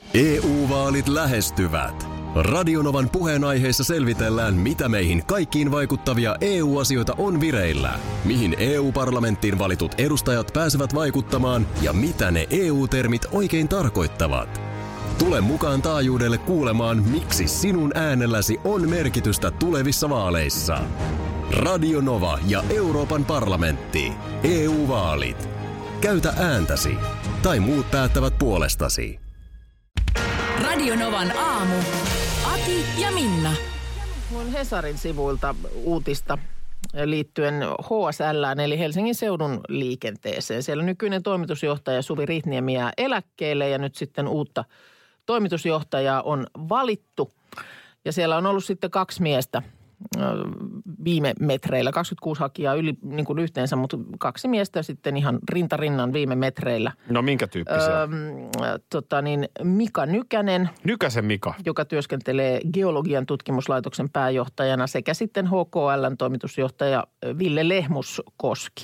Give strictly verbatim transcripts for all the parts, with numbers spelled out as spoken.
E U-vaalit lähestyvät. Radionovan puheenaiheessa selvitellään, mitä meihin kaikkiin vaikuttavia E U-asioita on vireillä, mihin E U-parlamenttiin valitut edustajat pääsevät vaikuttamaan ja mitä ne E U-termit oikein tarkoittavat. Tule mukaan taajuudelle kuulemaan, miksi sinun äänelläsi on merkitystä tulevissa vaaleissa. Radio Nova ja Euroopan parlamentti. E U-vaalit. Käytä ääntäsi. Tai muut päättävät puolestasi. Radio Novan aamu. Ati ja Minna. Mun Hesarin sivuilta uutista liittyen H S L:ään eli Helsingin seudun liikenteeseen. Siellä nykyinen toimitusjohtaja Suvi Rihtniemi jää eläkkeelle ja nyt sitten uutta toimitusjohtajaa on valittu. Ja siellä on ollut sitten kaksi miestä viime metreillä, kaksikymmentäkuusi hakijaa yli, niin kuin yhteensä, mutta kaksi miestä sitten ihan rintarinnan viime metreillä. No minkä tyyppisiä? Öö, tota niin, Mika Nykänen. Nykäsen Mika. Joka työskentelee Geologian tutkimuslaitoksen pääjohtajana sekä sitten H K L:n toimitusjohtaja Ville Lehmuskoski.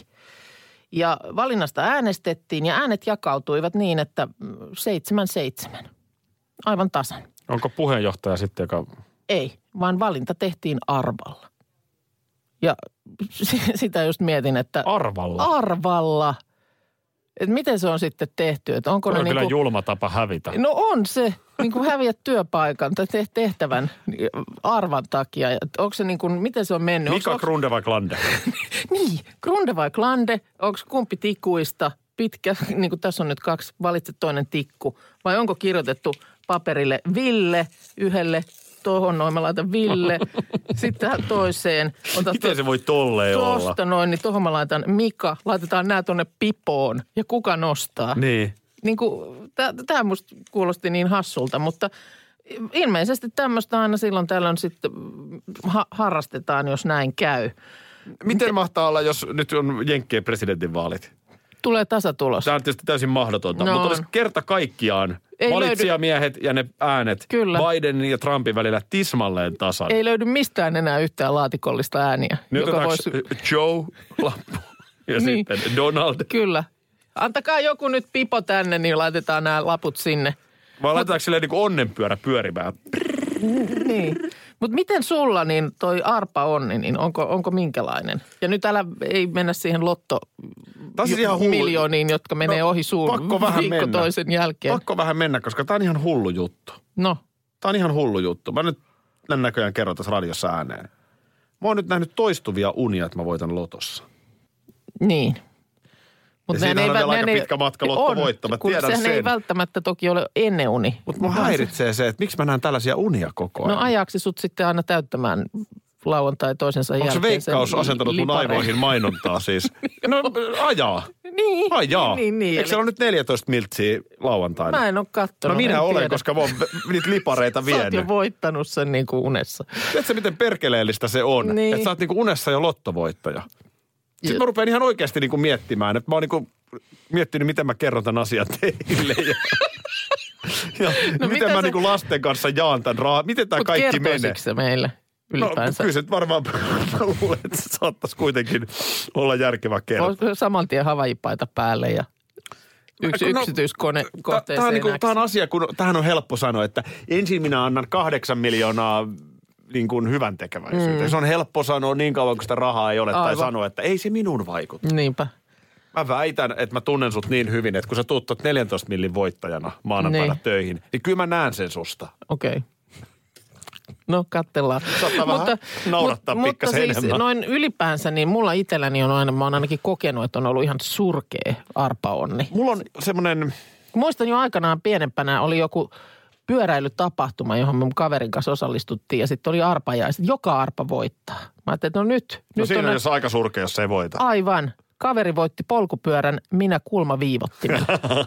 Ja valinnasta äänestettiin ja äänet jakautuivat niin, että seitsemän seitsemän. Aivan tasan. Onko puheenjohtaja sitten, joka... Ei, vaan valinta tehtiin arvalla. Ja sitä just mietin, että... Arvalla? Arvalla. Että miten se on sitten tehty? Että onko se on ne kyllä niin kuin, julma tapa hävitä. No on se. Niin kuin häviä työpaikan tai tehtävän arvan takia. Onko se niin kuin, miten se on mennyt? Mika onko, Grunde vai Klande? Niin, Grunde vai Klande? Onko kumpi tikuista? Pitkä, niin kuin tässä on nyt kaksi, valitse toinen tikku. Vai onko kirjoitettu paperille Ville yhdelle, tuohon noin mä laitan Ville, sitten tähän toiseen. Miten to, se voi tolleen olla? Tuosta noin, niin tuohon mä laitan Mika, laitetaan nämä tuonne pipoon ja kuka nostaa. Niin. Niin kuin, tämä musta kuulosti niin hassulta, mutta ilmeisesti tämmöistä aina silloin tällöin sitten ha- harrastetaan, jos näin käy. Miten Miten mahtaa olla, jos nyt on Jenkkien presidentinvaalit? Tulee tasatulos. Tämä on tietysti täysin mahdotonta, no, mutta olisi kerta kaikkiaan ei valitsijamiehet löydy. Ja ne äänet Kyllä. Bidenin ja Trumpin välillä tismalleen tasan. Ei löydy mistään enää yhtään laatikollista ääniä. Nyt joka voisi... Joe-lappu ja niin. Sitten Donald. Kyllä. Antakaa joku nyt pipo tänne, niin laitetaan nämä laput sinne. Vai Mut... laitetaanko silleen niin kuin onnenpyörä pyörimään? Niin. Mutta miten sulla niin toi arpa onni, niin onko, onko minkälainen? Ja nyt älä ei mennä siihen lotto miljooniin, jotka menee no, ohi suun viikko toisen jälkeen. Pakko vähän mennä, koska tää on ihan hullu juttu. No. Tää on ihan hullu juttu. Mä nyt näköjään kerron tässä radiossa ääneen. Mä oon nyt nähnyt toistuvia unia, että mä voitan lotossa. Niin. Mutta ja siinähän on vielä aika pitkä matka lotto voittamaan. Kun sehän sen. Ei välttämättä toki ole ennen uni. Mutta mun häiritsee se, että miksi mä näen tällaisia unia koko ajan. No ajaksi sut sitten aina täyttämään lauantai toisensa Onko jälkeen. Onko se Veikkaus asentanut mun aivoihin mainontaa siis? No ajaa. Niin. Ajaa. Niin, niin. Eikö siellä ole nyt neljätoista miltsiä lauantaina? Mä en ole kattonut. No minä olen, tiedä. Koska mä oon niitä lipareita vienyt. Sä oot jo voittanut sen niin kuin unessa. Tiedätkö miten perkeleellistä se on? Niin. Että sä oot niin kuin unessa jo lottovoittaja. Sitten mä rupean ihan oikeasti niin kuin miettimään, että mä oon niin kuin miettinyt, miten mä kerron tämän asian teille. Ja, ja no miten mä sä... niin kuin lasten kanssa jaan tämän rahaa. Miten tämä kaikki menee? Mutta se meille ylipäänsä? No kyllä se varmaan, mä luulen, että se saattaisi kuitenkin olla järkevä kertoa. Saman tien havajipaita päälle ja yksi no, yksityiskone no, kohteeseen. Tämä on, niin kuin, on asia, kun tähän on helppo sanoa, että ensin minä annan kahdeksan miljoonaa niin kuin hyvän tekeväisyyteen. Mm. Se on helppo sanoa niin kauan, kun sitä rahaa ei ole. Aivan. Tai sanoa, että ei se minun vaikuta. Niinpä. Mä väitän, että mä tunnen sut niin hyvin, että kun sä tuut neljäntoista millin voittajana maanantaina niin. töihin, niin kyllä mä näen sen susta. Okei. Okay. No, katsellaan. Saattaa vähän mutta, naurattaa mutta, pikkasen mutta siis enemmän. noin ylipäänsä, niin mulla itselläni on aina, mä oon ainakin kokenut, että on ollut ihan surkea arpaonni. Mulla on semmoinen... Muistan jo aikanaan pienempänä oli joku pyöräilytapahtuma, johon mun kaverin kanssa osallistuttiin ja sitten oli arpajaiset. Joka arpa voittaa. Mä ajattelin, että no nyt. No nyt siinä on, on jos aika surkea, jos se ei voita. Aivan. Kaveri voitti polkupyörän, minä kulmaviivottimen.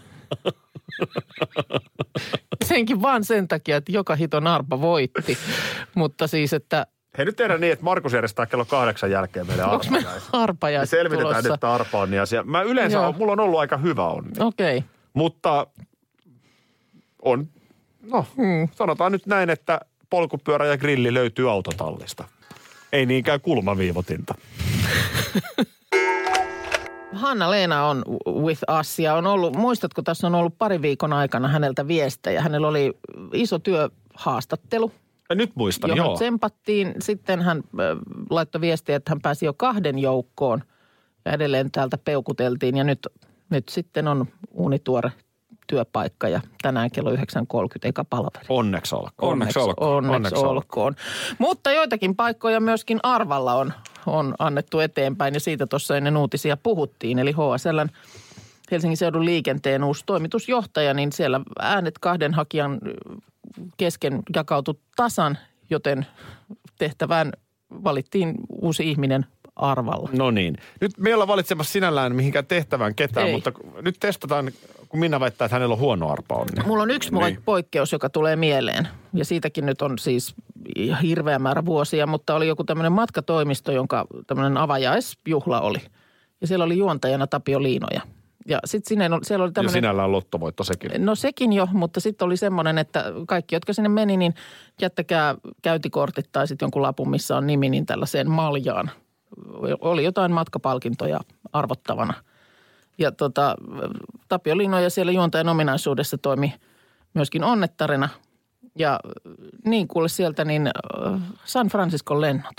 Senkin vaan sen takia, että joka hiton arpa voitti. Mutta siis, että... Hei, nyt tehdään niin, että Markus järjestää kello kahdeksan jälkeen meille arpajaiset. Onko me arpajaiset me selvitetään nyt arpa on asia. Mä yleensä, on, mulla on ollut aika hyvä onni. Okei. Okay. Mutta on, no hmm. sanotaan nyt näin, että polkupyörä ja grilli löytyy autotallista. Ei niinkään kulmaviivotinta. Hanna-Leena on with us ja on ollut, muistatko, tässä on ollut pari viikon aikana häneltä viestejä. Hänellä oli iso työhaastattelu. Ja nyt muistan, johon joo. tsempattiin. Sitten hän äh, laittoi viestiä, että hän pääsi jo kahden joukkoon ja edelleen täältä peukuteltiin. Ja nyt, nyt sitten on uunituore työpaikka ja tänään kello yhdeksän kolmekymmentä eikä palveli. Onneksi olkoon. Onneksi, onneksi olkoon. Onneksi, onneksi olkoon. olkoon. Mutta joitakin paikkoja myöskin Arvalla on, on annettu eteenpäin ja siitä tuossa ennen uutisia puhuttiin. Eli H S L:n Helsingin seudun liikenteen uusi toimitusjohtaja, niin siellä äänet kahden hakijan kesken jakautui tasan, joten tehtävään valittiin uusi ihminen Arvalla. No niin. Nyt me ei olla valitsemassa sinällään mihinkään tehtävään ketään, ei. Mutta nyt testataan, kun Minna väittää, että hänellä on huono arpaonni. Mulla on yksi niin. poikkeus, joka tulee mieleen. Ja siitäkin nyt on siis hirveä määrä vuosia, mutta oli joku tämmöinen matkatoimisto, jonka tämmöinen avajaisjuhla oli. Ja siellä oli juontajana Tapio Liinoja. Ja sitten siellä oli tämmöinen... Ja sinällään lottovoitto sekin. No sekin jo, mutta sitten oli semmoinen, että kaikki, jotka sinne meni, niin jättäkää käyntikortit tai sitten jonkun lapun, missä on nimi, niin tällaiseen maljaan. Oli jotain matkapalkintoja arvottavana. Ja tota, Tapio Liinoja siellä juontajan ominaisuudessa toimi myöskin onnettarena. Ja niin kuule sieltä niin San Franciscon lennot.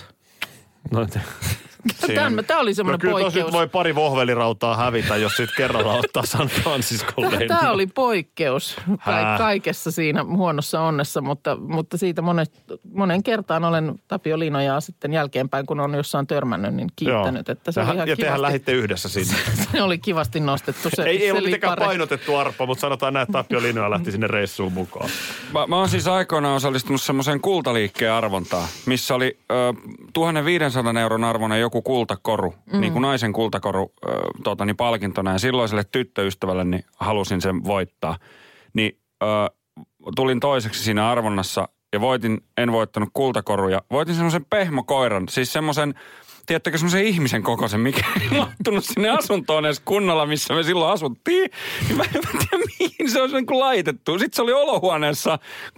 No te... Tämä, tämä oli semmoinen no, poikkeus. Kyllä nyt voi pari vohvelirautaa hävitä, jos sitten kerralla ottaa San Franciscon lennot. Tämä oli poikkeus Ka- kaikessa siinä huonossa onnessa, mutta, mutta siitä monen, monen kertaan olen Tapio Liinojaa sitten jälkeenpäin, kun on jossain törmännyt, niin kiittänyt. Että se ja oli ihan ja kivasti, tehän lähditte yhdessä sinne. Se oli kivasti nostettu. Se, ei se ei ollut mitenkään pare. painotettu arppa, mutta sanotaan näin, että Tapio Liinoja lähti sinne reissuun mukaan. Mä, mä oon siis aikoinaan osallistunut semmoiseen kultaliikkeen arvontaan, missä oli ö, tuhatviisisataa euron arvoinen joku kultakoru, mm. niin kuin naisen kultakoru ö, tota, niin palkintona. Ja silloiselle tyttöystävälle niin halusin sen voittaa. Niin ö, tulin toiseksi siinä arvonnassa ja voitin, en voittanut kultakoruja. Voitin semmoisen pehmokoiran, siis semmoisen... Tiedättekö semmoisen ihmisen kokoisen, mikä ei mahtunut sinne asuntoon edes kunnolla, missä me silloin asuttiin. Niin mä en tiedä, mihin se olisi niin kuin laitettu. Sitten se oli olohuoneessa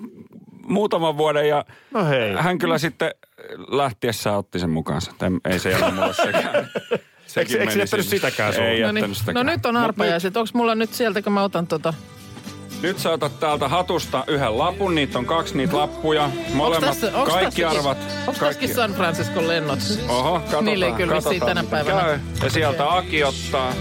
muutaman vuoden ja no hei. Hän kyllä sitten lähtiessä otti sen mukaansa. Ei se jäänyt mulle sekään. Eikö, eikö jättänyt sitäkään sulle? Ei no jättänyt niin. sitäkään. No nyt on arpajaiset. Onko mulla nyt sieltä, kun mä otan tota... Nyt sä otat täältä hatusta yhden lapun, niitä on kaksi niitä lappuja. Molemmat, tässä, kaikki arvat. Onko tässäkin San Franciscon lennot? Oho, katsotaan. Niille ei kyllä vissiin tänä päivänä. Käy. Ja sieltä Aki ottaa.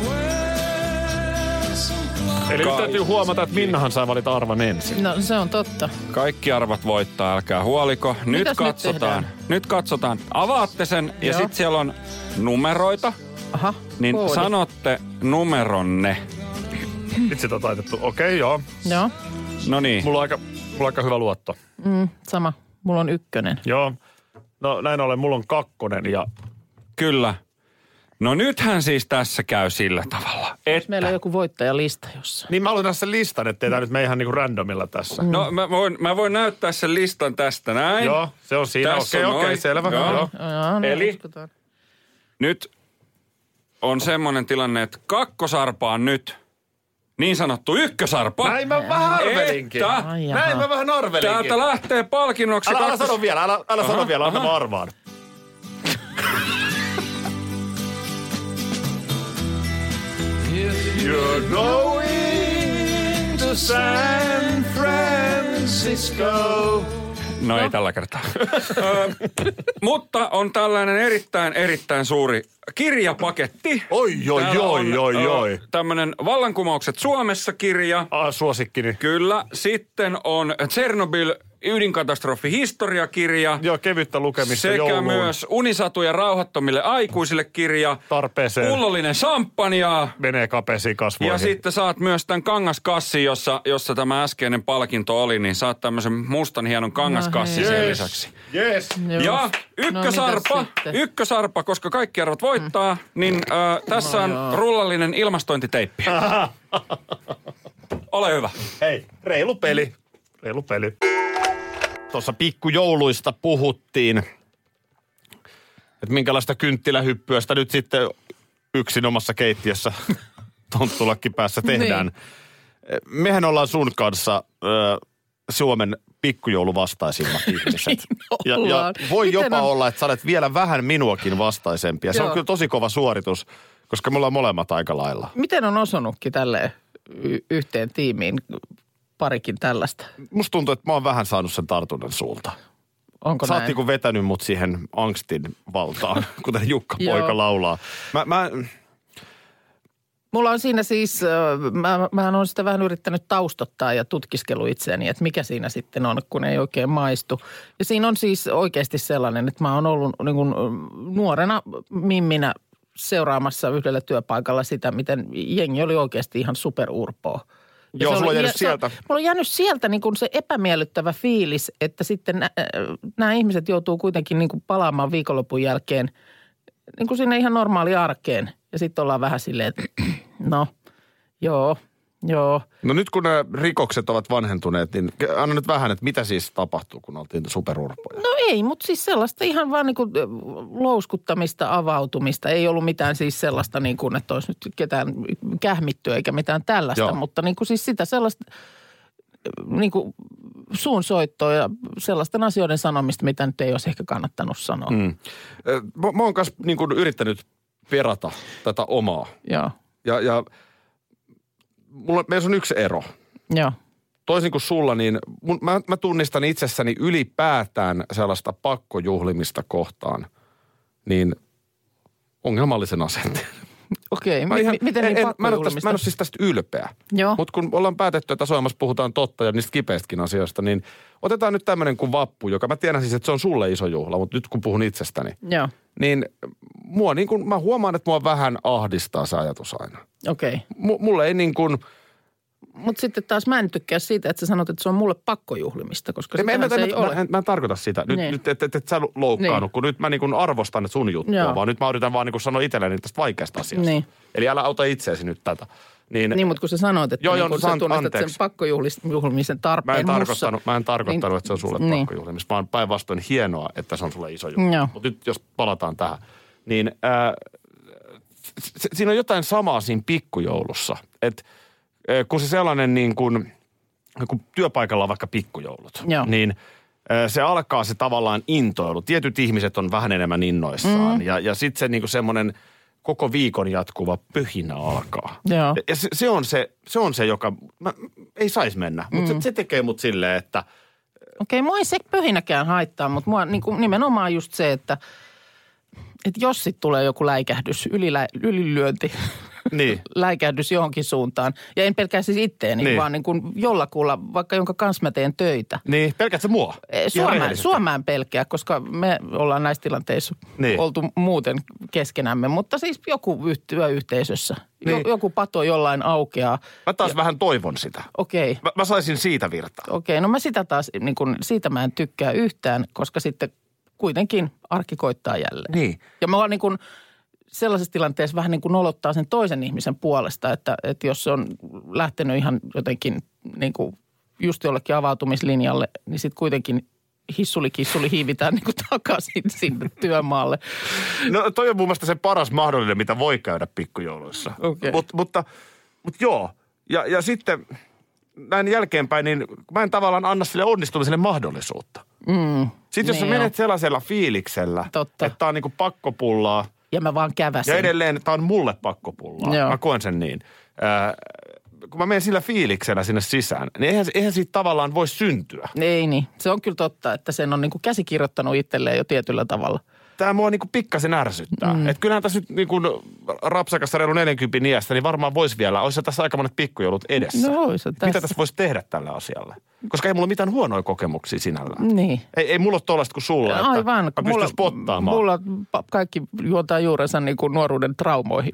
Eli nyt täytyy huomata, että Minnahan saa valita arvan ensin. No se on totta. Kaikki arvat voittaa, älkää huoliko. Nyt Mitäs katsotaan. Nyt, nyt katsotaan. Avaatte sen ja Joo. sitten siellä on numeroita. Aha, Niin koodi. sanotte numeronne. Itse on taitettu. Okei, okay, joo. Joo. No niin. Mulla on aika, mulla on aika hyvä luotto. Mm, sama. Mulla on ykkönen. Joo. No näin ollen, mulla on kakkonen ja... Kyllä. No nythän siis tässä käy sillä tavalla, että... Meillä on joku voittajalista jossain. Niin mä haluan tässä listan, ettei tää nyt mene ihan niinku randomilla tässä. Mm. No mä voin, mä voin näyttää sen listan tästä näin. Joo, se on siinä. Okei, okei, okay, selvä. Joo. Joo. Joo, no, Eli uskotaan. nyt on semmoinen tilanne, että kakkosarpa on nyt niin sanottu ykkösarpa. Näin mä vähän arvelinkin. Että Ai jaha. Näin mä vähän arvelinkin. täältä lähtee palkinnoksi Älä, älä kakkos... sano vielä, älä, älä sano vielä, anna mä arvaan. You're going to San Francisco. No ei tällä kertaa. Ö, mutta on tällainen erittäin, erittäin suuri kirjapaketti. Oi, oi, Täällä oi, on, oi, ö, oi. Tämmönen Vallankumoukset Suomessa-kirja. Ah, suosikkini. Kyllä. Sitten on Tsernobyl ydinkatastrofi-historiakirja. Joo, kevyttä lukemista Sekä jouluun. myös Unisatuja rauhattomille aikuisille kirja. Tarpeeseen. Pullollinen champagnea. Menee kapeisiin kasvoihin. Ja sitten saat myös tämän kangaskassin, jossa, jossa tämä äskeinen palkinto oli, niin saat tämmöisen mustan hienon kangaskassin No sen hei. lisäksi. Yes. Joo. Ja No, ykkösarpa, mitäs sitten? ykkösarpa, koska kaikki arvot voittaa, niin äh, tässä No on joo. rullallinen ilmastointiteippi. Ole hyvä. Hei, reilu peli. Reilu peli. Tuossa pikkujouluista puhuttiin, että minkälaista kynttilähyppyöstä nyt sitten yksin omassa keittiössä tonttulakki päässä tehdään. Niin. Mehän ollaan sun kanssa ö, Suomen pikkujouluvastaisimmat ihmiset. Ja, ja voi Miten jopa on? olla, että sä olet vielä vähän minuakin vastaisempia. Se Joo. on kyllä tosi kova suoritus, koska me ollaan molemmat aika lailla. Miten on osunutkin tälleen y- yhteen tiimiin parikin tällaista? Musta tuntuu, että mä oon vähän saanut sen tartunnan sulta. Onko Sä oot näin? niinku vetänyt mut siihen angstin valtaan, kuten Jukka Joo. poika laulaa. Mä, mä, Mulla on siinä siis, äh, mä, mähän olen sitä vähän yrittänyt taustottaa ja tutkiskellut itseäni, että mikä siinä sitten on, kun ei oikein maistu. Ja siinä on siis oikeasti sellainen, että mä oon ollut niin kuin nuorena mimminä seuraamassa yhdellä työpaikalla sitä, miten jengi oli oikeasti ihan superurpoa. Ja Joo, se sulla on oli- jäänyt ja se- sieltä. Mulla on jäänyt sieltä niin kuin se epämiellyttävä fiilis, että sitten nä, nämä ihmiset joutuu kuitenkin niin kuin palaamaan viikonlopun jälkeen niin kuin sinne ihan normaali arkeen. Ja sitten ollaan vähän silleen, että no, joo, joo. no nyt kun nämä rikokset ovat vanhentuneet, niin anna nyt vähän, että mitä siis tapahtuu, kun oltiin superurpoja. No ei, mutta siis sellaista ihan vaan niin kuin louskuttamista, avautumista. Ei ollut mitään siis sellaista niin kuin, että olisi nyt ketään kähmittyä eikä mitään tällaista. Joo. Mutta niin kuin siis sitä sellaista niin kuin suunsoittoa ja sellaisten asioiden sanomista, mitä nyt ei olisi ehkä kannattanut sanoa. Mm. Ö, Mä, mä oon kanssa niin kuin yrittänyt perata tätä omaa. Joo, Ja, ja mulla, meissä on yksi ero. joo. Toisin kuin sulla, niin mun, mä, mä tunnistan itsessäni ylipäätään sellaista pakkojuhlimista kohtaan, niin ongelmallisen asenteen. Okei, Mä mi- ihan- mi- miten en, niin en, mä, en ole tästä, pakkojuhlimista? mä en ole siis tästä ylpeä. Joo. Mutta kun ollaan päätetty, että Soimassa puhutaan totta ja niistä kipeistäkin asioista, niin otetaan nyt tämmöinen kuin vappu, joka mä tiedän siis, että se on sulle iso juhla, mutta nyt kun puhun itsestäni, Joo, niin mua niin kuin, mä huomaan, että mua vähän ahdistaa se ajatus aina. okei. M- mulle ei niin kuin, Mutta sitten taas mä en tykkää siitä, että sä sanot, että se on mulle pakkojuhlimista, koska en, mä, sitähän mä, se ei mä, ole. mä, mä en tarkoita sitä. Nyt, Niin. nyt et, et, et sä loukkaannut, Niin. kun nyt mä niin kuin arvostan sun juttua, Joo. vaan nyt mä yritän vaan niin kuin sanoa itselleni tästä vaikeasta asiasta. Niin. Eli älä auta itseäsi nyt tätä. Niin, Niin, mutta kun sä sanoit, että Joo, niin joo, kun no, sä san- tunnistat anteeksi. sen pakkojuhlimisen tarpeen Mä en mussa. tarkoittanut, mä en tarkoittanut Niin- että se on sulle niin. pakkojuhlimista, vaan päinvastoin hienoa, että se on sulle iso juttu. Joo. Mutta nyt jos palataan tähän, niin ää, se, siinä on jotain samaa siinä pikkujoulussa. Että kun se sellainen niin kuin, kun työpaikalla on vaikka pikkujoulut, Joo. niin ää, se alkaa se tavallaan intoilu. Tietyt ihmiset on vähän enemmän innoissaan mm. ja, ja sitten se niin kuin semmoinen koko viikon jatkuva pyhinä alkaa. Joo. Ja se, se, on se, se on se, joka mä, ei saisi mennä, mutta mm. se, se tekee mut silleen, että Okei, mua ei se pöhinäkään haittaa, mutta mua niin kuin nimenomaan just se, että, että jos sitten tulee joku läikähdys, ylilä, ylilyönti, niin. läikähdys johonkin suuntaan. Ja en pelkää siis itteeni, Niin. vaan niin kuin jollakulla, vaikka jonka kanssa mä teen töitä. Niin, pelkäätkö muua? Ihan Suomään, rehellisesti. Suomään pelkää, koska me ollaan näissä tilanteissa Niin. oltu muuten keskenämme. Mutta siis joku yh- työyhteisössä, Niin. jo, joku pato jollain aukeaa. Mä taas vähän toivon sitä. Okei, Mä, mä saisin siitä virtaa. okei. No mä sitä taas, niin kun, siitä mä en tykkää yhtään, koska sitten kuitenkin arki koittaa jälleen. Niin. Ja mä oon niin kuin sellaisessa tilanteessa vähän niin kuin nolottaa sen toisen ihmisen puolesta, että, että jos se on lähtenyt ihan jotenkin niin kuin just jollekin avautumislinjalle, niin sitten kuitenkin hissuli kissuli hiivitään niin kuin takaisin sinne työmaalle. No toi on mun mielestä se paras mahdollinen, mitä voi käydä pikkujouluissa. Okei. Mut, mutta, mutta joo. Ja, ja sitten näin jälkeenpäin, niin mä en tavallaan anna sille onnistumiselle mahdollisuutta. Mm, Sitten jos niin sä joo. menet sellaisella fiiliksellä, Totta. että tää on niinku pakkopullaa, Ja mä vaan käväsin. ja edelleen tää on mulle pakkopullaa. Joo. Mä koen sen niin. Äh, kun mä menen sillä fiiliksellä sinne sisään, niin eihän, eihän siitä tavallaan voi syntyä. Ei niin. Se on kyllä totta, että sen on niin kuin käsikirjoittanut itselleen jo tietyllä tavalla. Tämä mua niinku pikkasen ärsyttää. Mm. Että kyllähän tässä nyt niinku rapsakassa reilu neljänkymmenen iästä, niin varmaan voisi vielä, olisi tässä aika monet pikkujoulut edessä. No olisi tässä. Mitä tässä voisi tehdä tälle asialle? Koska ei mulla mitään huonoja kokemuksia sinällään. Niin. Ei, ei mulla ole tollaista kuin sulla, että Aivan. mä pystyn spottaamaan. Mulla pa- kaikki juontaa juurensa niin kuin nuoruuden traumoihin.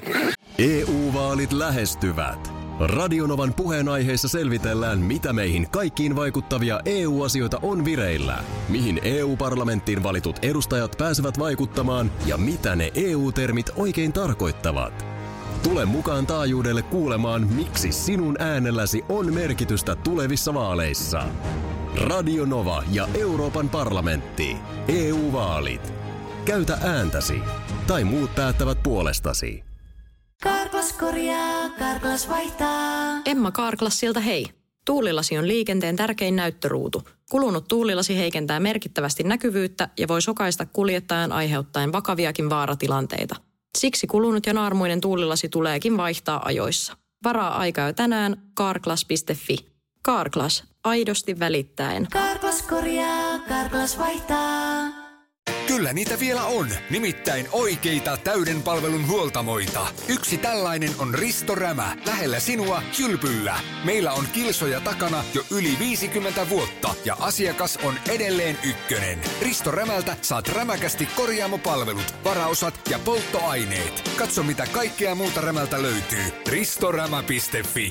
E U-vaalit lähestyvät. Radionovan puheenaiheessa selvitellään, mitä meihin kaikkiin vaikuttavia E U-asioita on vireillä, mihin E U-parlamenttiin valitut edustajat pääsevät vaikuttamaan ja mitä ne E U-termit oikein tarkoittavat. Tule mukaan taajuudelle kuulemaan, miksi sinun äänelläsi on merkitystä tulevissa vaaleissa. Radio Nova ja Euroopan parlamentti. E U-vaalit. Käytä ääntäsi. Tai muut päättävät puolestasi. Karklas korjaa, Karklas vaihtaa. Emma Karklassilta hei. Tuulilasi on liikenteen tärkein näyttöruutu. Kulunut tuulilasi heikentää merkittävästi näkyvyyttä ja voi sokaista kuljettajan aiheuttaen vakaviakin vaaratilanteita. Siksi kulunut ja naarmuinen tuulilasi tuleekin vaihtaa ajoissa. Varaa aikaa jo tänään carglass piste fi. Carglass, aidosti välittäen. Carglass korjaa, Carglass vaihtaa. Kyllä niitä vielä on, nimittäin oikeita täyden palvelun huoltamoita. Yksi tällainen on Risto Rämä, lähellä sinua, Kylpyllä. Meillä on kilsoja takana jo yli viisikymmentä vuotta ja asiakas on edelleen ykkönen. Risto Rämältä saat rämäkästi korjaamopalvelut, varaosat ja polttoaineet. Katso mitä kaikkea muuta Rämältä löytyy. ristorämä piste fi.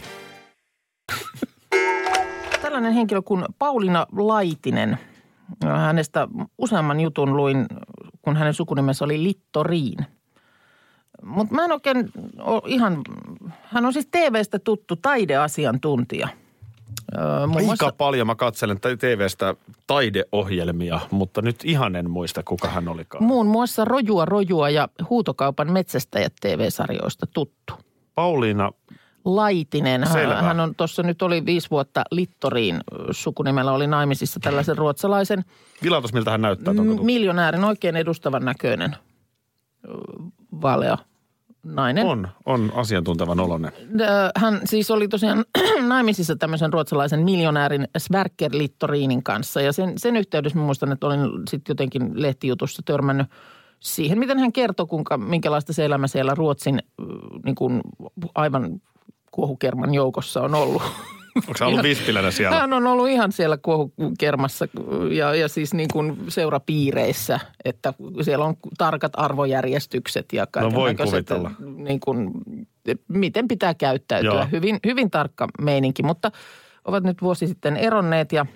Tällainen henkilö kuin Pauliina Laitinen. Hänestä useamman jutun luin, kun hänen sukunimensä oli Littoriin. Mutta mä en oikein ole ihan, hän on siis T V:stä tuttu taideasiantuntija. Öö, Aika muassa, paljon mä katselen T V:stä taideohjelmia, mutta nyt ihan en muista, kuka hän olikaan. muun muassa Rojua Rojua ja Huutokaupan metsästäjät T V-sarjoista tuttu. Pauliina Laitinen. Selvä. Hän on tuossa nyt oli viisi vuotta Littoriin sukunimellä, oli naimisissa tällaisen ruotsalaisen Vilatos, miltä hän näyttää. m- miljonäärin, oikein edustavan näköinen ö, valea nainen. On, on asiantuntevan oloinen. Ö, Hän siis oli tosiaan naimisissa tämmöisen ruotsalaisen miljonäärin Sverker Littorinin kanssa. Ja sen, sen yhteydessä mä muistan, että olin sitten jotenkin lehtijutussa törmännyt siihen, miten hän kertoi, kuinka, minkälaista se elämä siellä Ruotsin niin kuin aivan kuohukerman joukossa on ollut. Onko se ollut vispilänä siellä? Hän on ollut ihan siellä kuohukermassa ja, ja siis niin kuin seurapiireissä, että siellä on tarkat arvojärjestykset ja kaikenlaiset, kuvitella. niin kuin, miten pitää käyttäytyä. Joo. Hyvin, hyvin tarkka meininki, mutta ovat nyt vuosi sitten eronneet ja,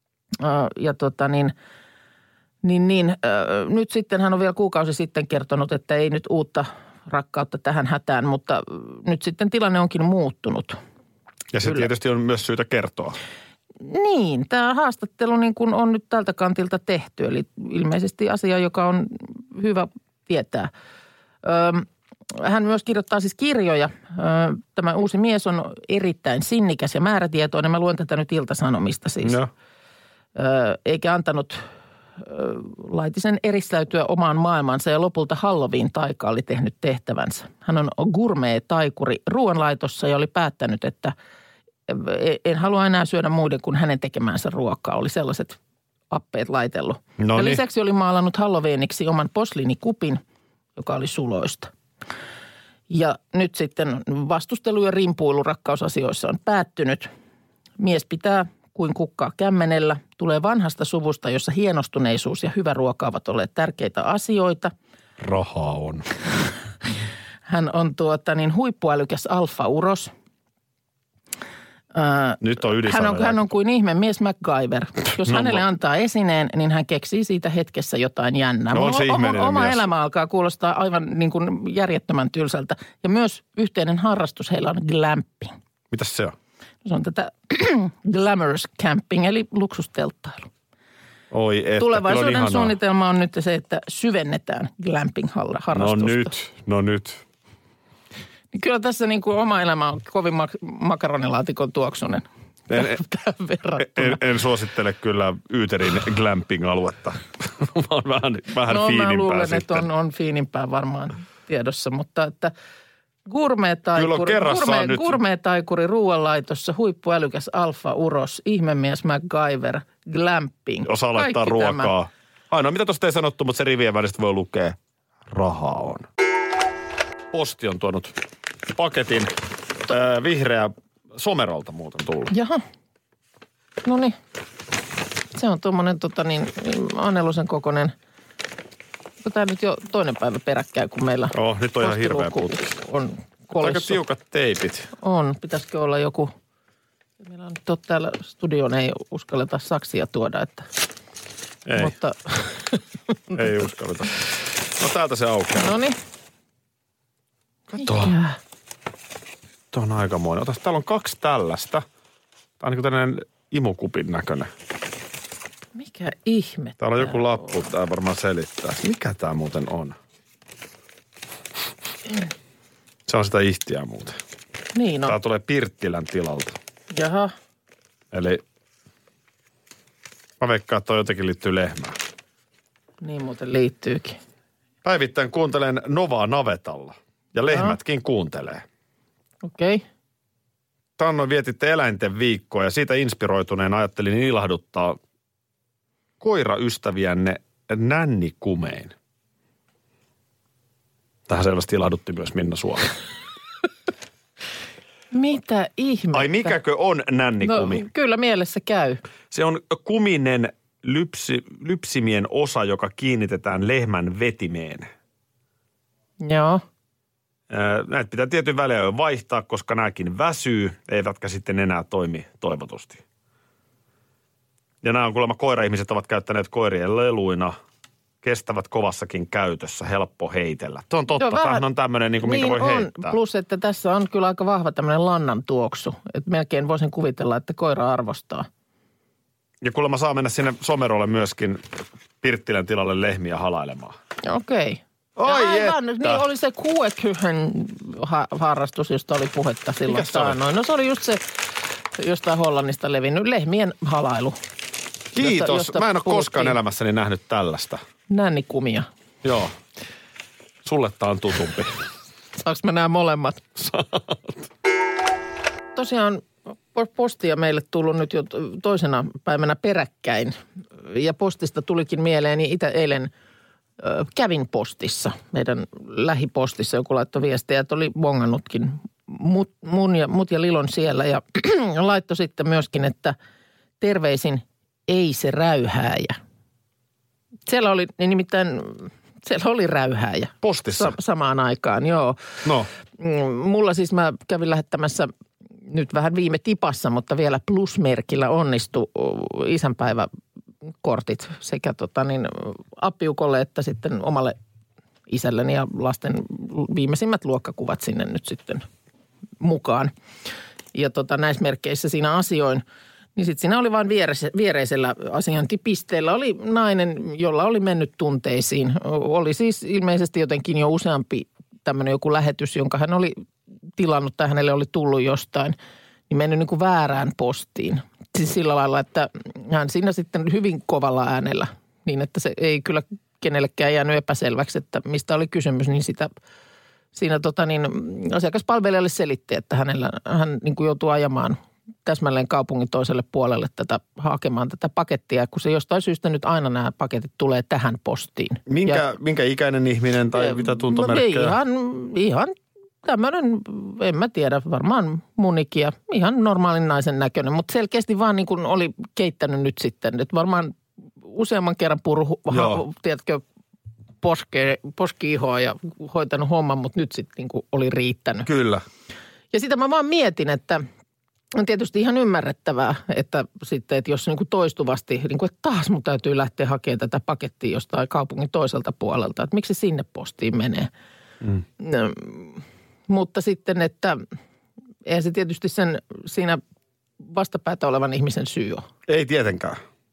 ja tota niin, niin, niin nyt sitten hän on vielä kuukausi sitten kertonut, että ei nyt uutta rakkautta tähän hätään, mutta nyt sitten tilanne onkin muuttunut. Ja se Kyllä. tietysti on myös syytä kertoa. Niin, tämä haastattelu niin kuin on nyt tältä kantilta tehty, eli ilmeisesti asia, joka on hyvä tietää. Öö, hän myös kirjoittaa siis kirjoja. Öö, tämä uusi mies on erittäin sinnikäs ja määrätietoinen. Mä luen tätä nyt Ilta-Sanomista siis. No. Öö, eikä antanut öö, Laitisen eristäytyä omaan maailmansa ja lopulta Halloween-taika oli tehnyt tehtävänsä. Hän on gourmet-taikuri ruoanlaitossa ja oli päättänyt, että en halua enää syödä muiden kuin hänen tekemänsä ruokaa. Oli sellaiset appeet laitellut. Noniin. Ja lisäksi oli maalannut Halloweeniksi oman posliinikupin, joka oli suloista. Ja nyt sitten vastustelu ja rimpuilu rakkausasioissa on päättynyt. Mies pitää kuin kukkaa kämmenellä. Tulee vanhasta suvusta, jossa hienostuneisuus ja hyvä ruoka ovat olleet tärkeitä asioita. Rahaa on. Hän on tuota niin huippuälykäs alfa-uros. Nyt on Hän ylisanoja. on, hän on kuin ihme mies MacGyver. Jos No, hänelle no. antaa esineen, niin hän keksii siitä hetkessä jotain jännää. No on se Oma- ihmeellinen Oma mies. elämä alkaa kuulostaa aivan niin kuin järjettömän tylsältä. Ja myös yhteinen harrastus heillä on glamping. Mitäs se on? Se on tätä glamorous camping, eli luksustelttailu. Oi, että Tulevaisuuden kyllä on ihanaa. suunnitelma on nyt se, että syvennetään glamping-harrastusta. No nyt, no nyt. Niin kyllä tässä niin kuin oma elämä on kovin mak- makaronilaatikon tuoksunen. En, en, Tähän verrattuna. en, en suosittele kyllä Yyterin glamping-aluetta. Vaan vähän, vähän no fiinimpää mä luulen, sitten. että on, on fiinimpää varmaan tiedossa, mutta että gourmet-taikuri, Kyllä on kerrassaan gourmet, nyt. gourmet-taikuri ruoanlaitossa, huippuälykäs alfa-uros, ihmemies MacGyver, glamping. Osaa laittaa Kaikki ruokaa. tämä. Ainoa, mitä tuosta ei sanottu, mutta se rivien välistä voi lukea. Rahaa on. Posti on tuonut paketin. Äh, vihreä Somerolta muuten tullut. Jaha, no niin. Se on tuommoinen tota niin, Anelosen kokoinen. Onko tämä nyt jo toinen päivä peräkkäin, kun meillä Oh, nyt on ihan hirveä postiluukku putki. on Aika kolissa. tiukat teipit. On. Pitäisikö olla joku, meillä on nyt täällä studioon, ei uskalleta saksia tuoda, että, Ei, mutta ei uskalleta. No täältä se aukeaa. no niin. Kato. Tuo on aikamoinen. Otas, täällä on kaksi tällaista. Tämä on niin kuin tällainen imukupin näköinen. Mikä ihme? Täällä on joku lappu, tää varmaan selittää. Mikä tää muuten on? Se on sitä ihtiää muuten. Niin Tää on. tulee Pirttilän tilalta. Jaha. Eli mä veikkaan, että toi jotenkin liittyy lehmään. Niin muuten liittyykin. Päivittäin kuuntelen Novaa navetalla ja lehmätkin kuuntelee. Okei. Okay. Taannoin vietitte eläinten viikkoa ja siitä inspiroituneen ajattelin ilahduttaa koiraystäviänne nännikumein. Tähän selvästi ilahdutti myös Minna Suomi. Mitä ihmettä? Ai mikäkö on nännikumi? No, kyllä mielessä käy. Se on kuminen lypsi, lypsimien osa, joka kiinnitetään lehmän vetimeen. Joo. Näitä pitää tietyn väliajoin vaihtaa, koska nämäkin väsyy, eivätkä sitten enää toimi toivotusti. Ja nämä on kuulemma koira-ihmiset ovat käyttäneet koirien leluina, kestävät kovassakin käytössä, helppo heitellä. Se on totta, Joo, vähän, tämähän on tämmöinen, niin kuin, minkä niin voi on, heittää. Plus, että tässä on kyllä aika vahva tämmöinen lannan tuoksu. Että melkein voisin kuvitella, että koira arvostaa. Ja kuulemma saa mennä sinne Somerolle myöskin Pirttilän tilalle lehmiä halailemaan. Okei. Okay. Ai aivan, että. niin oli se kuekyhän ha- harrastus, josta oli puhetta silloin. Mikäs se oli? No se oli just se jostain Hollannista levinnyt lehmien halailu. Kiitos. Josta, josta Mä en ole puhuttiin. koskaan elämässäni nähnyt tällaista. Nännikumia. Joo. Sulle tää on tutumpi. Saanko mä nämä molemmat? Saat. Tosiaan postia meille tullut nyt jo toisena päivänä peräkkäin. Ja postista tulikin mieleeni itse eilen ö, kävin postissa, meidän lähipostissa, joku laittoi viestejä, että oli bongannutkin mut, mun ja, mut ja Lilon siellä. Ja laittoi sitten myöskin, että terveisin ei se räyhääjä. Siellä oli niin nimittäin, siellä oli räyhääjä. Postissa? Sa- samaan aikaan, joo. No. Mulla siis mä kävin lähettämässä nyt vähän viime tipassa, mutta vielä plusmerkillä onnistui isänpäiväkortit sekä tota niin, appiukolle että sitten omalle isälleni ja lasten viimeisimmät luokkakuvat sinne nyt sitten mukaan. Ja tota, näissä merkeissä siinä asioin. Niin sitten siinä oli vain vieressä, viereisellä asiointipisteellä oli nainen, jolla oli mennyt tunteisiin. Oli siis ilmeisesti jotenkin jo useampi tämmöinen joku lähetys, jonka hän oli tilannut tai hänelle oli tullut jostain, niin mennyt niin kuin väärään postiin. Siis sillä lailla, että hän siinä sitten hyvin kovalla äänellä, niin että se ei kyllä kenellekään jäänyt epäselväksi, että mistä oli kysymys, niin sitä siinä tota niin, asiakaspalvelijalle selitti, että hänellä, hän niin kuin joutuu ajamaan täsmälleen kaupungin toiselle puolelle tätä, hakemaan tätä pakettia, kun se jostain syystä nyt aina nämä paketit tulee tähän postiin. Minkä, ja, minkä ikäinen ihminen tai mitä tuntomerkkejä? No ihan, ihan tämmöinen, en mä tiedä, varmaan mun ikiä, ihan normaalin naisen näköinen, mutta selkeästi vaan niin kuin oli keittänyt nyt sitten, että varmaan useamman kerran puru, ha, tiedätkö, poske, poski-ihoa ja hoitanut homman, mutta nyt sitten niin kuin oli riittänyt. Kyllä. Ja sitä mä vaan mietin, että on tietysti ihan ymmärrettävää, että sitten, että jos niin kuin toistuvasti, niin kuin, että taas mun täytyy lähteä hakemaan tätä pakettia jostain kaupungin toiselta puolelta, että miksi se sinne postiin menee. Mm. No, mutta sitten, että eihän se tietysti sen siinä vastapäätä olevan ihmisen syy ole. Ei tietenkään.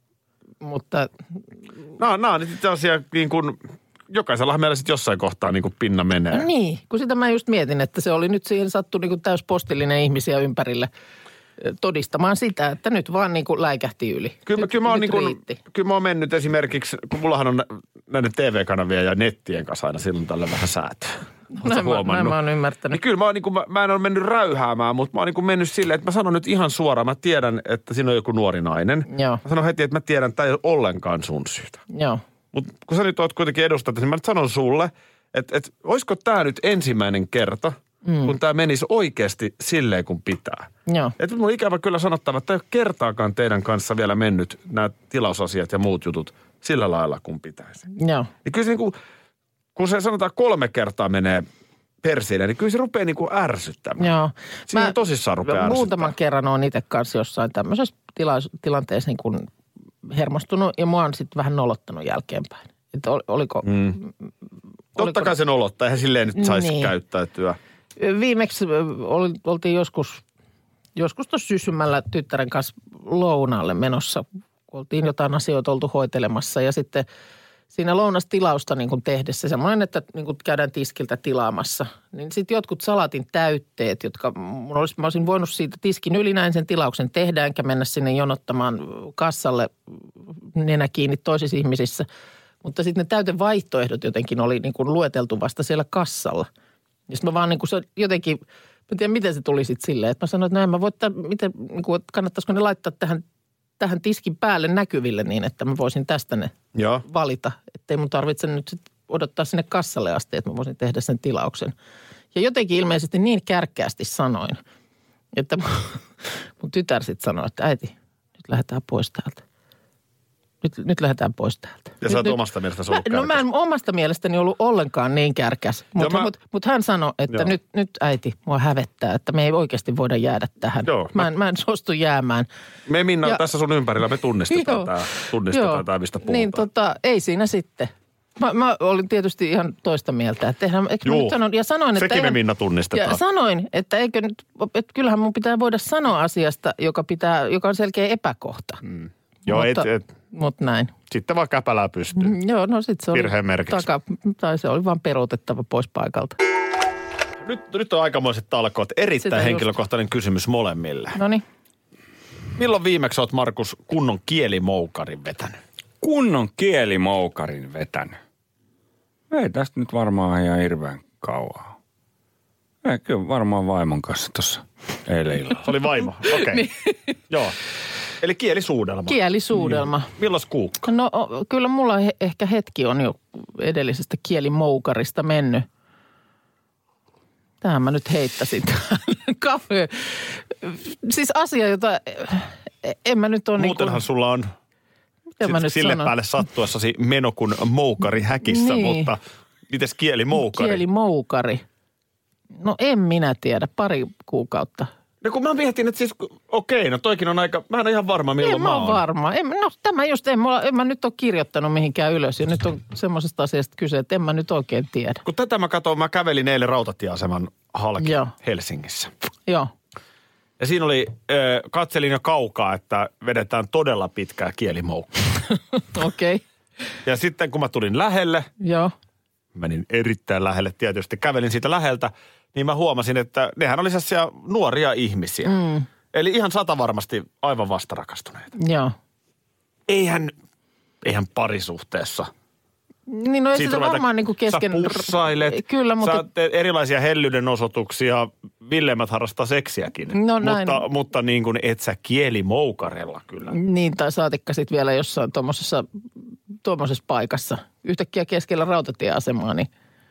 Mutta No, no nyt tällaisia niin kuin, jokaisella meillä sitten jossain kohtaa niin kuin pinna menee. Niin, kun sitä mä just mietin, että se oli nyt siihen sattu niin kuin täyspostillinen ihmisiä ympärille todistamaan sitä, että nyt vaan niin kuin läikähti yli. Kyllä, nyt, kyllä, mä oon nyt niin kuin, kyllä mä oon mennyt esimerkiksi, kun mullahan on näiden T V-kanavia ja nettien kanssa aina silloin tällä vähän säätöä. Näin mä, näin mä oon ymmärtänyt. Niin kyllä mä, oon niin kuin, mä, mä en ole mennyt räyhäämään, mutta mä oon niin kuin mennyt silleen, että mä sanon nyt ihan suoraan, mä tiedän, että siinä on joku nuori nainen. Joo. Mä sanon heti, että mä tiedän, että tämä ei ole ollenkaan sun syytä. Joo. Mutta kun sä nyt oot kuitenkin edustajat, niin mä nyt sanon sulle, että, että olisiko tämä nyt ensimmäinen kerta, mm. kun tämä menisi oikeasti silleen, kun pitää. Joo. Että mun on ikävä kyllä sanottava, että ei ole kertaakaan teidän kanssa vielä mennyt nämä tilausasiat ja muut jutut sillä lailla, kun pitäisi. Joo. Niin kyllä se niin kuin, kun se sanotaan kolme kertaa menee persiille, niin kyllä se rupeaa niin kuin ärsyttämään. Joo. Siinä tosissaan rupeaa ärsyttämään. Muutaman kerran olen itse kanssa jossain tämmöisessä tila- tilanteessa niin kuin hermostunut ja mua on sitten vähän nolottanut jälkeenpäin. Että ol, oliko... Mm. Oliko... Totta kai sen olottaa, eihän silleen nyt saisi niin. käyttäytyä. Viimeksi oli, oltiin joskus, joskus tuossa syssymällä tyttären kanssa lounaalle menossa. Oltiin jotain asioita oltu hoitelemassa ja sitten siinä lounastilausta niin kuin tehdessä semmoinen, että niin kuin käydään tiskiltä tilaamassa. Niin sitten jotkut salatin täytteet, jotka mun olisi, mä olisin voinut siitä tiskin yli näin sen tilauksen tehdä, enkä mennä sinne jonottamaan kassalle nenä kiinni toisissa ihmisissä. Mutta sitten ne täytevaihtoehdot jotenkin oli niin kuin lueteltu vasta siellä kassalla. Ja sitten mä vaan niin kuin se jotenkin, mä en tiedä miten se tuli sitten silleen, että mä sanoin, että näin mä voin, miten, niin kuin, kannattaisiko ne laittaa tähän, tähän tiskin päälle näkyville niin, että mä voisin tästä ne Joo. valita. Että ei mun tarvitse nyt sit odottaa sinne kassalle asti, että mä voisin tehdä sen tilauksen. Ja jotenkin ilmeisesti niin kärkkäästi sanoin, että mun tytär sitten sanoi, että äiti, nyt lähdetään pois täältä. Nyt, nyt lähdetään pois täältä. Ja sä oot omasta mielestäsi ollut mä, No mä en omasta mielestäni ollut ollenkaan niin kärkäs. Mutta mä... mut, mut hän sanoi, että nyt, nyt äiti, mua hävettää, että me ei oikeasti voida jäädä tähän. Joo, mä, mä... mä en suostu jäämään. Me Minna ja... tässä sun ympärillä, me tunnistetaan tämä, tunnistetaan tämä, mistä puhutaan. Niin tota, ei siinä sitten. Mä, mä olin tietysti ihan toista mieltä. Että eihän, Juu, sanon, ja sanoin, sekin että me eihän, Minna tunnistetaan. Ja sanoin, että eikö nyt, että kyllähän mun pitää voida sanoa asiasta, joka, pitää, joka on selkeä epäkohta. Mm. Joo, mutta, et, et, mutta näin. Sitten vaan käpälää pystyy. Mm, joo, no sitten se oli virheen merkiksi. Taka, tai se oli vaan peruutettava pois paikalta. Nyt, nyt on aikamoiset talkoot. Erittäin Sitä henkilökohtainen just. kysymys molemmille. Noniin. Milloin viimeksi olet, Markus, kunnon kielimoukarin vetänyt? Kunnon kielimoukarin vetänyt? Ei tästä nyt varmaan ihan hirveän kauan. Ei, kyllä varmaan vaimon kanssa tuossa eilen illalla. Se oli vaimo, okei. Okay. niin. Joo. Eli kielisuudelma. Kielisuudelma. Niin. Milloin kuukka? No kyllä mulla he, ehkä hetki on jo edellisestä kielimoukarista mennyt. Tähän mä nyt heittäisin kahve. Siis asia, jota en mä nyt ole Muutenhan niin kuin... sulla on sit sille sanon? Päälle sattuessasi meno kuin moukari häkissä, niin. Mutta mites kielimoukari? Kielimoukari. No en minä tiedä, pari kuukautta. No kun mä mietin, että siis okei, okay, no toikin on aika, mä en ole ihan varma milloin en mä oon. En mä varma. En, no tämä just, en, mulla, en mä nyt ole kirjoittanut mihinkään ylös ja nyt on semmoisesta asiasta kyse, että en mä nyt oikein tiedä. Kun tätä mä katsoin, mä kävelin eilen rautatieaseman halki Joo. Helsingissä. Joo. Ja siinä oli, äh, katselin jo kaukaa, että vedetään todella pitkää kielimoukkaa. Okei. Okay. Ja sitten kun mä tulin lähelle, Joo. menin erittäin lähelle tietysti, kävelin siitä läheltä, niin mä huomasin, että nehän oli sellaisia nuoria ihmisiä. Mm. Eli ihan sata varmasti aivan vastarakastuneita. Joo. Eihän, eihän parisuhteessa. Niin no ei sitä varmaan niin kuin kesken... Sä pussailet, Kyllä, mutta... sä teet erilaisia hellyyden osoituksia, Villemät harrastaa seksiäkin. No näin. Mutta, mutta niin kuin et sä kielimoukarella kyllä. Niin, tai saatikka sitten vielä jossain tuommoisessa tuommoisessa paikassa. Yhtäkkiä keskellä rautatieasemaa, niin...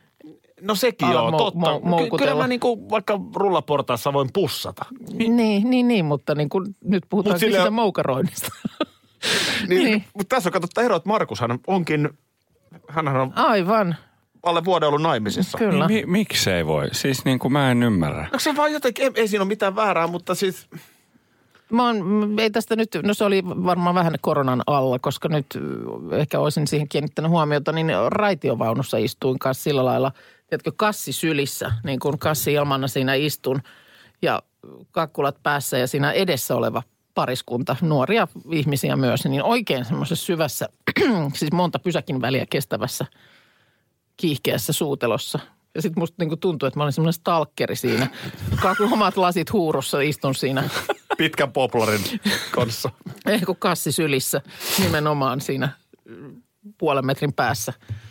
No sekin joo, mo- totta. Mo- Ky- kyllä mä niinku vaikka rullaportaassa voin pussata. Niin, niin, niin mutta niin kuin nyt puhutaan sille... siitä moukaroinnista. niin, niin. Mutta tässä on katsottu ero, että Markushan onkin, hänhän on... Aivan. Alle vuoden ollut naimisissa. Kyllä. Mi- miksei voi? Siis niin kuin mä en ymmärrä. No se vaan jotenkin, ei, ei siinä ole mitään väärää, mutta siis... Mä oon, ei tästä nyt, no se oli varmaan vähän koronan alla, koska nyt ehkä olisin siihen kiinnittänyt huomiota, niin raitiovaunussa istuin kanssa sillä lailla, tiedätkö, kassi sylissä, niin kuin kassi ilmana siinä istun ja kakkulat päässä ja siinä edessä oleva pariskunta, nuoria ihmisiä myös, niin oikein semmoisessa syvässä, siis monta pysäkin väliä kestävässä kiihkeässä suutelossa. Ja sitten musta niinku tuntui, että mä olin semmoinen stalkeri siinä. Omat lasit huurussa istun siinä. Pitkän poplarin kanssa. Ehkä kassi sylissä nimenomaan siinä puolen metrin päässä.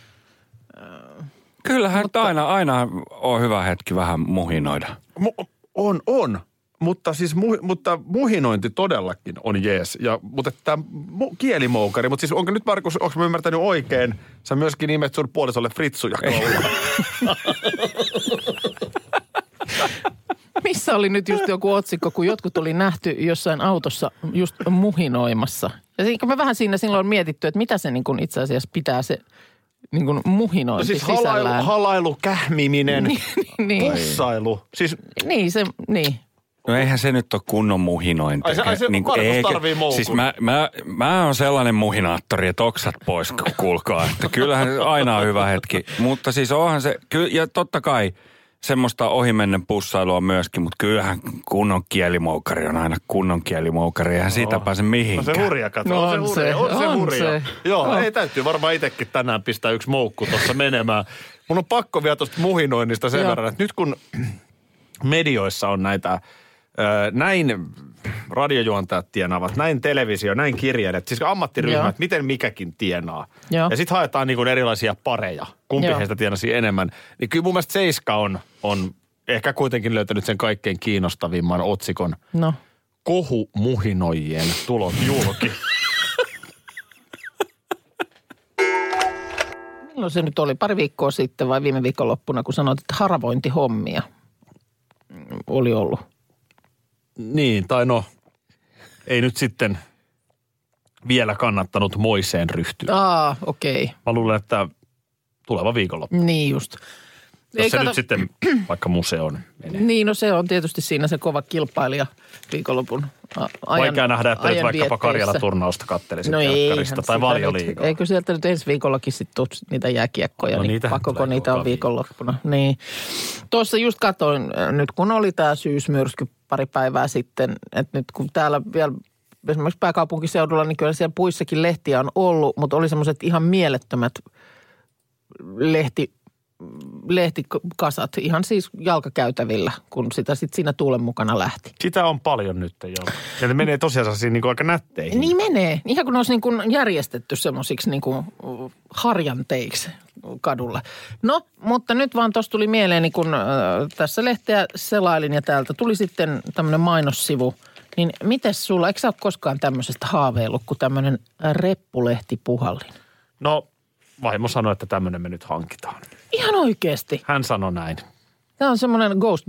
Kyllähän mutta... aina, aina on hyvä hetki vähän muhinoida. Mu- on, on. Mutta siis mu- mutta muhinointi todellakin on jees. Ja, mutta tämä mu- kielimoukari, mutta siis onko nyt Markus, onko mä ymmärtänyt oikein, sä myöskin nimet sun puolisolle fritsuja koululla. Missä oli nyt just joku otsikko, kun jotkut oli nähty jossain autossa just muhinoimassa. Ja siinä, me vähän siinä silloin on mietitty, että mitä se niin kuin itse asiassa pitää se niin kuin muhinointi no siis sisällään. Halailu, halailu kähmiminen, niin, niin, pussailu. Siis... Niin, se, niin. No eihän se nyt ole kunnon muhinointi. Ai se, ai se niin Markus eikä, tarvii moukun. Siis mä, mä, mä oon sellainen muhinaattori, että oksat pois, kuulkaa. Että kyllähän aina on hyvä hetki. Mutta siis onhan se, ja totta kai semmoista ohimennen pussailua myöskin, mutta kyllähän kunnon kielimoukari on aina kunnon kielimoukari. Eihän siitä no. pääse mihinkään. No se hurja, kato. No on, on se, se, hurja. On se on hurja. se. Joo, no. ei täytyy varmaan itsekin tänään pistää yksi moukku tuossa menemään. Mun on pakko vielä tuosta muhinoinnista sen verran, että nyt kun medioissa on näitä... Öö, näin radiojuontajat tienaavat, näin televisio, näin kirjailijat, siis ammattiryhmät, miten mikäkin tienaa. Joo. Ja sitten haetaan niin kuin erilaisia pareja, kumpi Joo. heistä tienasi enemmän. Niin kyllä mun mielestä Seiska on, on ehkä kuitenkin löytänyt sen kaikkein kiinnostavimman otsikon. No. Kohumuhinoijien tulot julki. Milloin se nyt oli? Pari viikkoa sitten vai viime viikonloppuna, kun sanoit, että haravointihommia oli ollut? Niin, tai no, ei nyt sitten vielä kannattanut moiseen ryhtyä. Aa, okei. Okay. Mä luulen, että tuleva viikonloppu. Niin just. Jos ei se kato... nyt sitten vaikka museoon menee. Niin, no se on tietysti siinä se kova kilpailija viikonlopun ajan Vaikea nähdä, että nyt vaikkapa Karjala-turnausta kattelisit no telkkarista tai Valioliigaa. Eikö sieltä nyt ensi viikollakin sitten tule niitä jääkiekkoja, no, niin pakkoko niitä on viikonloppuna. Niin. Tuossa just katsoin, nyt kun oli tämä syysmyrsky pari päivää sitten, että nyt kun täällä vielä esimerkiksi pääkaupunkiseudulla, niin kyllä siellä puissakin lehtiä on ollut, mutta oli semmoiset ihan mielettömät lehti lehtikasat ihan siis jalkakäytävillä, kun sitä sitten siinä tuulen mukana lähti. Sitä on paljon nyt jo. Ja ne menee tosiaan siinä niin aika nätteihin. Niin menee. Ihan kun ne olisi niin kuin järjestetty semmoisiksi niin kuin harjanteiksi kadulla. No, mutta nyt vaan tuossa tuli mieleeni, kun äh, tässä lehteä selailin ja täältä tuli sitten tämmöinen mainossivu. Niin mites sulla, eikö sä ole koskaan tämmöisestä haaveillut kuin tämmöinen reppulehtipuhallin? No, vaimo sanoi, että tämmöinen me nyt hankitaan. Ihan oikeasti? Hän sanoi näin. Tämä on semmoinen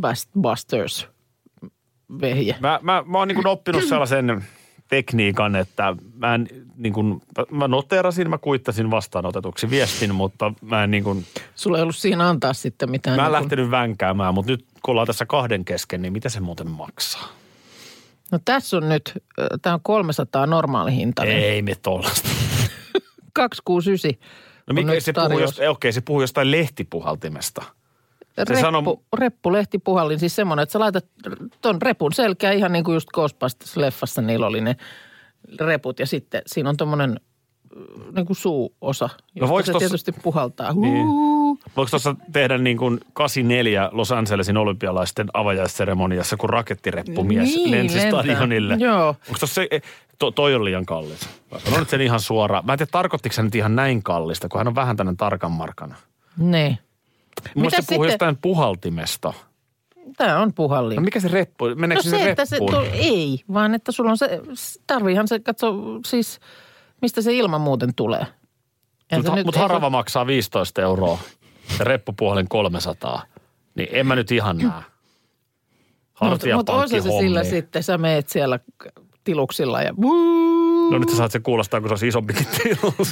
Ghostbusters-vehje. Mä, mä, mä oon niin kuin oppinut sellaisen tekniikan, että mä en niin kuin, mä noterasin, mä kuittasin vastaanotetuksi viestin, mutta mä en niin kuin... Sulla ei ollut siinä antaa sitten mitään. Mä en niin kuin... lähtenyt vänkäämään, mutta nyt kun ollaan tässä kahden kesken, niin mitä se muuten maksaa? No tässä on nyt, tämä on kolmesataa normaali hinta. Ei me tollasta. kaksisataakuusikymmentäyhdeksän. No mikä se puhuu, jos, okei, se puhuu jostain lehtipuhaltimesta. Reppu, sano... Reppulehtipuhallin, siis semmoinen, että sä laitat ton repun selkään ihan niin kuin just Ghostbusters-leffassa niillä oli ne reput. Ja sitten siinä on tommonen niin kuin suuosa, josta no se tossa... tietysti puhaltaa. Niin. Voiko tuossa tehdä niin kuin kahdeksankymmentäneljä Los Angelesin olympialaisten avajaisseremoniassa, kun rakettireppumies niin, lensi lentää. Stadionille? Joo. Onko tuossa se, to, toi on liian kallis? Sanon nyt sen ihan suoraan. Mä en tiedä, tarkoittiko se nyt ihan näin kallista, kun hän on vähän tämmöinen tarkan markana. Ne. Mielestäni se puhui jostain puhaltimesta. Tämä on puhallin. No mikä se reppu? Meneekö no se, se reppuun? Se, to, ei, vaan että sulla on se, tarviihan se, katso siis, mistä se ilma muuten tulee. Mutta mut harava maksaa viisitoista euroa ja reppupuhelin kolmesataa. Niin en mä nyt ihan näe. Hartiapankki Mutta osa se sillä sitten, sä meet siellä tiluksilla ja vuu. No nyt sä saat se kuulostaa, kun se olisi isompikin tilus.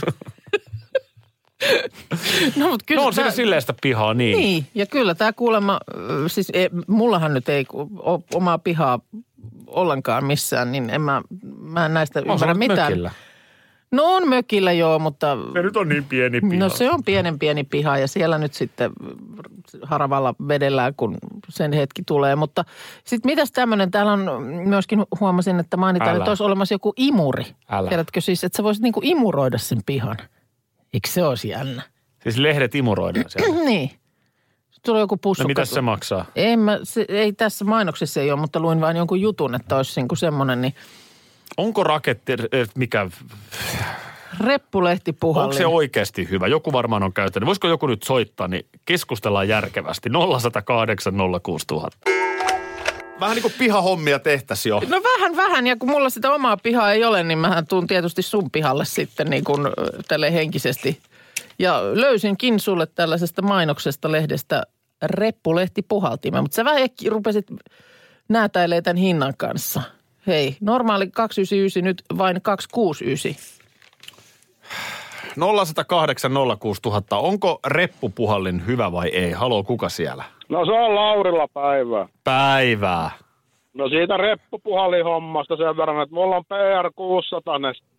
No, mutta kyllä no on tää... siinä silleen sitä pihaa, niin. Niin, ja kyllä tämä kuulemma, siis ei, mullahan nyt ei ole omaa pihaa ollenkaan missään, niin en mä, mä en näistä ymmärrä mitään. Mökillä. No on mökillä joo, mutta... Se nyt on niin pieni piha. No se on pienen pieni piha ja siellä nyt sitten haravalla vedellään, kun sen hetki tulee. Mutta sitten mitäs tämmöinen, täällä on myöskin huomasin, että mainitaan, Älä. että olisi olemassa joku imuri. Älä. Tiedätkö siis, että sä voisit niinku imuroida sen pihan. Eikö se olisi jännä? Siis lehdet imuroidaan siellä? Niin. Tulee joku pussukka. No mitäs se maksaa? Ei, mä, se, ei tässä mainoksessa ei ole, mutta luin vain jonkun jutun, että olisi niinku semmoinen, niin... Onko raketti, mikä... Reppulehtipuhallin. Onko se oikeasti hyvä? Joku varmaan on käyttänyt. Voisiko joku nyt soittaa, niin keskustellaan järkevästi. nolla yksi nolla kahdeksan nolla kuusi nolla nolla nolla. Vähän niin kuin pihahommia tehtäisiin jo. No vähän, vähän. Ja kun mulla sitä omaa pihaa ei ole, niin mähän tuun tietysti sun pihalle sitten niin kuin tälle henkisesti. Ja löysinkin sulle tällaisesta mainoksesta lehdestä reppulehtipuhaltimen. Mutta sä vähän ehkä rupesit näätäilee tämän hinnan kanssa. Hei, normaali kaksisataayhdeksänkymmentäyhdeksän, nyt vain kaksisataakuusikymmentäyhdeksän. nolla yksi nolla kahdeksan nolla kuusi nolla nolla nolla. Onko reppupuhallin hyvä vai ei? Haloo, kuka siellä? No se on Laurilla päivää. Päivää. No siitä reppupuhallin hommasta sen verran, että mulla on P R kuusisataa.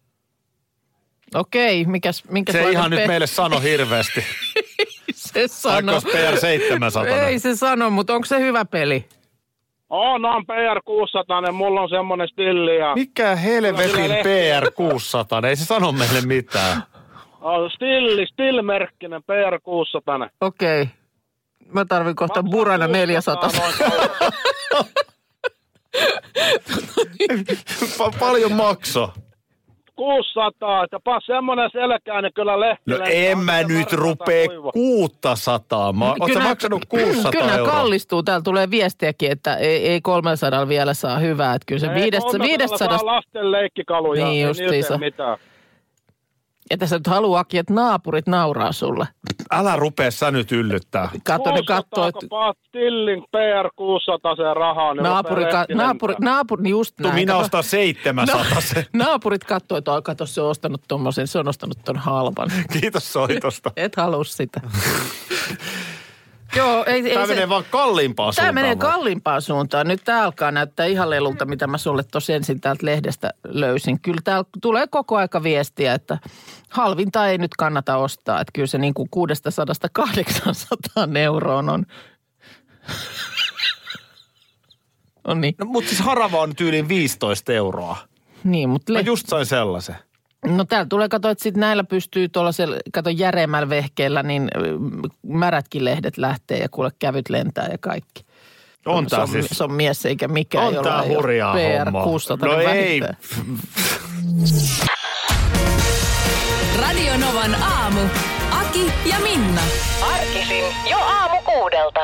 Okei, mikäs, minkäs se ihan P... nyt meille sano hirveästi. Se sano. Vaikka P R seitsemänsataa. Ei se sano, mutta onko se hyvä peli? On, on P R kuusisataa, mulla on semmoinen stilli. Ja... Mikä helvetin P R kuusisataa? Ei se sano meille mitään. On stilli, still-merkkinen P R kuusisataa. Okei. Mä tarvin kohta Burana neljäsataa. Pa- paljon makso. kuusisataa, että pas semmonen selkäinen kyllä lehtilä. No en mä nyt rupee kuusisataa. Ma- Ootko sä maksanut kuusisataa kyllä euroa? kallistuu. Täällä tulee viestiäkin, että ei, ei kolmesataa vielä saa hyvää. Että kyllä se viisisataa saa lasten leikkikaluja. Niin justiinsa. Mitään. Että sä nyt haluakin, että naapurit nauraa sulle. Älä rupee sä nyt yllyttää. Kato, ne kattoo, että... Tillin P R kuusisataa se rahaa. Niin naapuri, ka, naapuri, naapuri, just näin. Minä ostan seitsemänsataa se. No, naapurit kattoo, että kato, se on ostanut tommosen, se on ostanut ton halvan. Kiitos soitosta. Et halua sitä. Joo, ei, Tämä ei menee se, vaan kalliimpaan suuntaan. Tämä menee kalliimpaan suuntaan. Nyt tämä alkaa näyttää ihan lelulta, mitä mä sulle tuossa ensin täältä lehdestä löysin. Kyllä täällä tulee koko aika viestiä, että halvinta ei nyt kannata ostaa. Että kyllä se niin kuin kuudestasadasta kahdeksaansataan euroon on. on niin. No, mutta siis harava on tyyliin viisitoista euroa. Niin, mutta... Mä Le- just sain sellaisen. No täällä tulee, kato, että sitten näillä pystyy tuollaisella, kato järeämmällä vehkeellä, niin märätkin lehdet lähtee ja kuule kävyt lentää ja kaikki. On tää se on, siis. Se on mies eikä mikään, on tää hurjaa P R homma. kuusisataa No vähintään. ei. Radio Novan aamu. Aki ja Minna. Arkisin jo aamu kuudelta.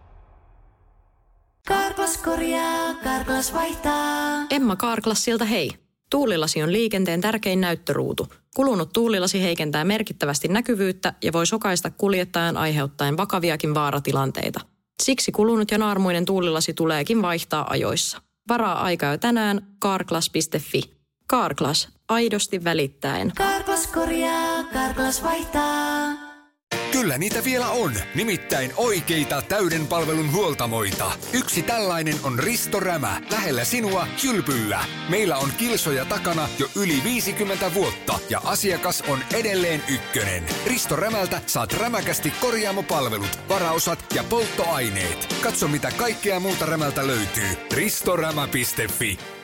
Karklas korjaa, Karklas vaihtaa. Emma Karklassilta hei. Tuulilasi on liikenteen tärkein näyttöruutu. Kulunut tuulilasi heikentää merkittävästi näkyvyyttä ja voi sokaista kuljettajan aiheuttaen vakaviakin vaaratilanteita. Siksi kulunut ja naarmuinen tuulilasi tuleekin vaihtaa ajoissa. Varaa aikaa jo tänään carglass piste fi. Carglass, aidosti välittäen. Karklas korjaa, Karklas vaihtaa. Kyllä niitä vielä on, nimittäin oikeita täyden palvelun huoltamoita. Yksi tällainen on Risto Rämä, lähellä sinua, Kylpyllä. Meillä on kilsoja takana jo yli viisikymmentä vuotta ja asiakas on edelleen ykkönen. Risto Rämältä saat rämäkästi korjaamopalvelut, varaosat ja polttoaineet. Katso mitä kaikkea muuta Rämältä löytyy. ristorämä piste fi.